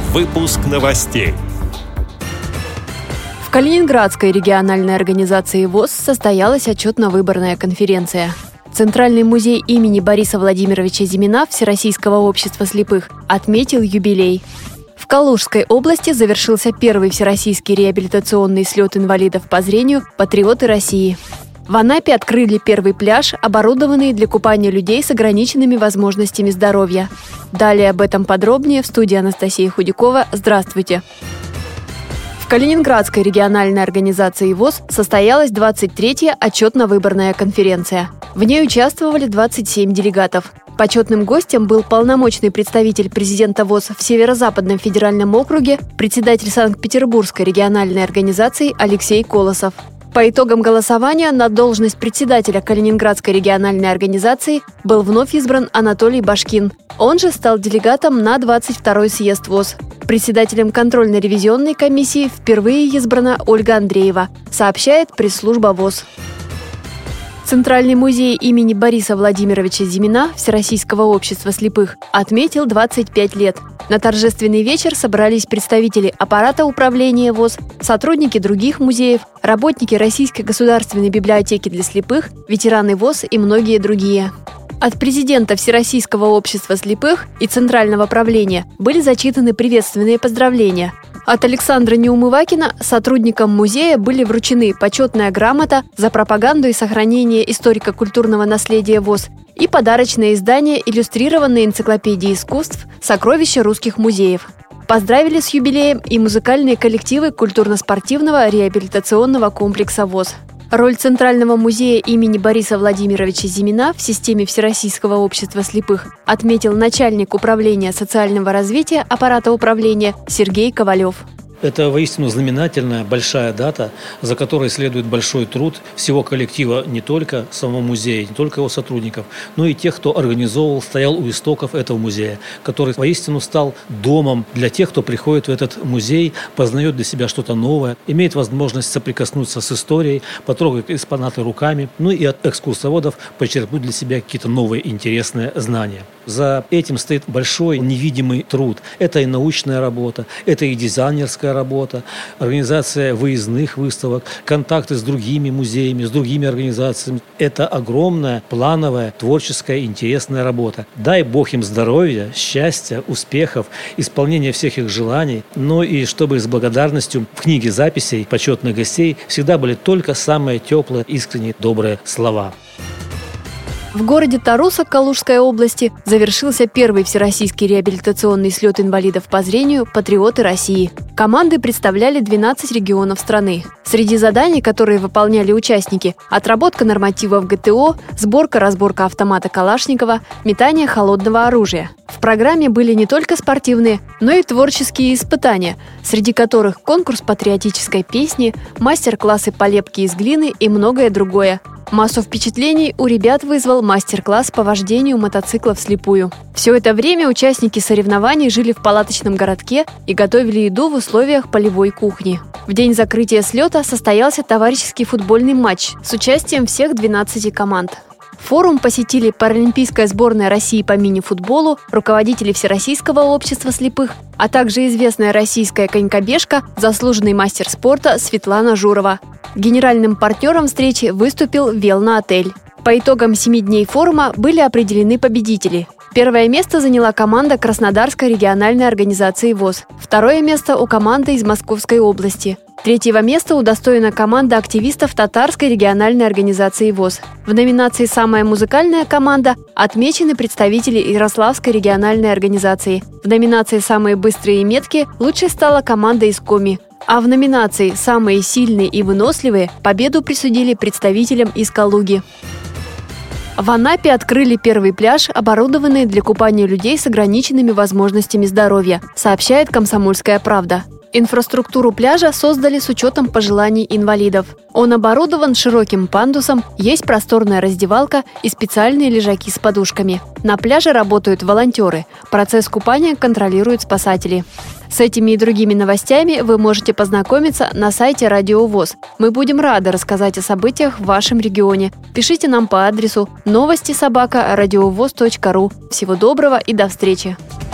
Выпуск новостей. В Калининградской региональной организации ВОС состоялась отчетно-выборная конференция. Центральный музей имени Бориса Владимировича Зимина Всероссийского общества слепых отметил юбилей. В Калужской области завершился первый всероссийский реабилитационный слет инвалидов по зрению «Патриоты России». В Анапе открыли первый пляж, оборудованный для купания людей с ограниченными возможностями здоровья. Далее об этом подробнее в студии Анастасия Худякова. Здравствуйте! В Калининградской региональной организации ВОС состоялась 23-я отчетно-выборная конференция. В ней участвовали 27 делегатов. Почетным гостем был полномочный представитель президента ВОС в Северо-Западном федеральном округе, председатель Санкт-Петербургской региональной организации Алексей Колосов. По итогам голосования на должность председателя Калининградской региональной организации был вновь избран Анатолий Башкин. Он же стал делегатом на 22-й съезд ВОС. Председателем контрольно-ревизионной комиссии впервые избрана Ольга Андреева, сообщает пресс-служба ВОС. Центральный музей имени Бориса Владимировича Зимина Всероссийского общества слепых отметил 25 лет. На торжественный вечер собрались представители аппарата управления ВОС, сотрудники других музеев, работники Российской государственной библиотеки для слепых, ветераны ВОС и многие другие. От президента Всероссийского общества слепых и Центрального правления были зачитаны приветственные поздравления. От Александра Неумывакина сотрудникам музея были вручены почетная грамота за пропаганду и сохранение историко-культурного наследия ВОС и подарочное издание иллюстрированной энциклопедии искусств «Сокровища русских музеев». Поздравили с юбилеем и музыкальные коллективы культурно-спортивного реабилитационного комплекса ВОС. Роль Центрального музея имени Бориса Владимировича Зимина в системе Всероссийского общества слепых отметил начальник управления социального развития аппарата управления Сергей Ковалев. Это воистину знаменательная, большая дата, за которой следует большой труд всего коллектива не только самого музея, не только его сотрудников, но и тех, кто организовывал, стоял у истоков этого музея, который воистину стал домом для тех, кто приходит в этот музей, познает для себя что-то новое, имеет возможность соприкоснуться с историей, потрогать экспонаты руками, ну и от экскурсоводов почерпнуть для себя какие-то новые интересные знания. За этим стоит большой невидимый труд. Это и научная работа, это и дизайнерская работа, организация выездных выставок, контакты с другими музеями, с другими организациями. Это огромная, плановая, творческая, интересная работа. Дай Бог им здоровья, счастья, успехов, исполнения всех их желаний, но и чтобы с благодарностью в книге записей почетных гостей всегда были только самые теплые, искренние, добрые слова. В городе Таруса Калужской области завершился первый всероссийский реабилитационный слет инвалидов по зрению «Патриоты России». Команды представляли 12 регионов страны. Среди заданий, которые выполняли участники – отработка нормативов ГТО, сборка-разборка автомата Калашникова, метание холодного оружия. В программе были не только спортивные, но и творческие испытания, среди которых конкурс патриотической песни, мастер-классы по лепке из глины и многое другое. Массу впечатлений у ребят вызвал мастер-класс по вождению мотоцикла вслепую. Все это время участники соревнований жили в палаточном городке и готовили еду в условиях полевой кухни. В день закрытия слета состоялся товарищеский футбольный матч с участием всех 12 команд. Форум посетили паралимпийская сборная России по мини-футболу, руководители Всероссийского общества слепых, а также известная российская конькобежка, заслуженный мастер спорта Светлана Журова. Генеральным партнером встречи выступил Велна-отель. По итогам 7 дней форума были определены победители. Первое место заняла команда Краснодарской региональной организации ВОС. Второе место у команды из Московской области. Третьего места удостоена команда активистов Татарской региональной организации ВОС. В номинации «Самая музыкальная команда» отмечены представители Ярославской региональной организации. В номинации «Самые быстрые и меткие» лучшей стала команда из Коми. А в номинации «Самые сильные и выносливые» победу присудили представителям из Калуги. В Анапе открыли первый пляж, оборудованный для купания людей с ограниченными возможностями здоровья, сообщает «Комсомольская правда». Инфраструктуру пляжа создали с учетом пожеланий инвалидов. Он оборудован широким пандусом, есть просторная раздевалка и специальные лежаки с подушками. На пляже работают волонтеры. Процесс купания контролируют спасатели. С этими и другими новостями вы можете познакомиться на сайте Радио ВОС. Мы будем рады рассказать о событиях в вашем регионе. Пишите нам по адресу новости@радиовоз.ру. Всего доброго и до встречи!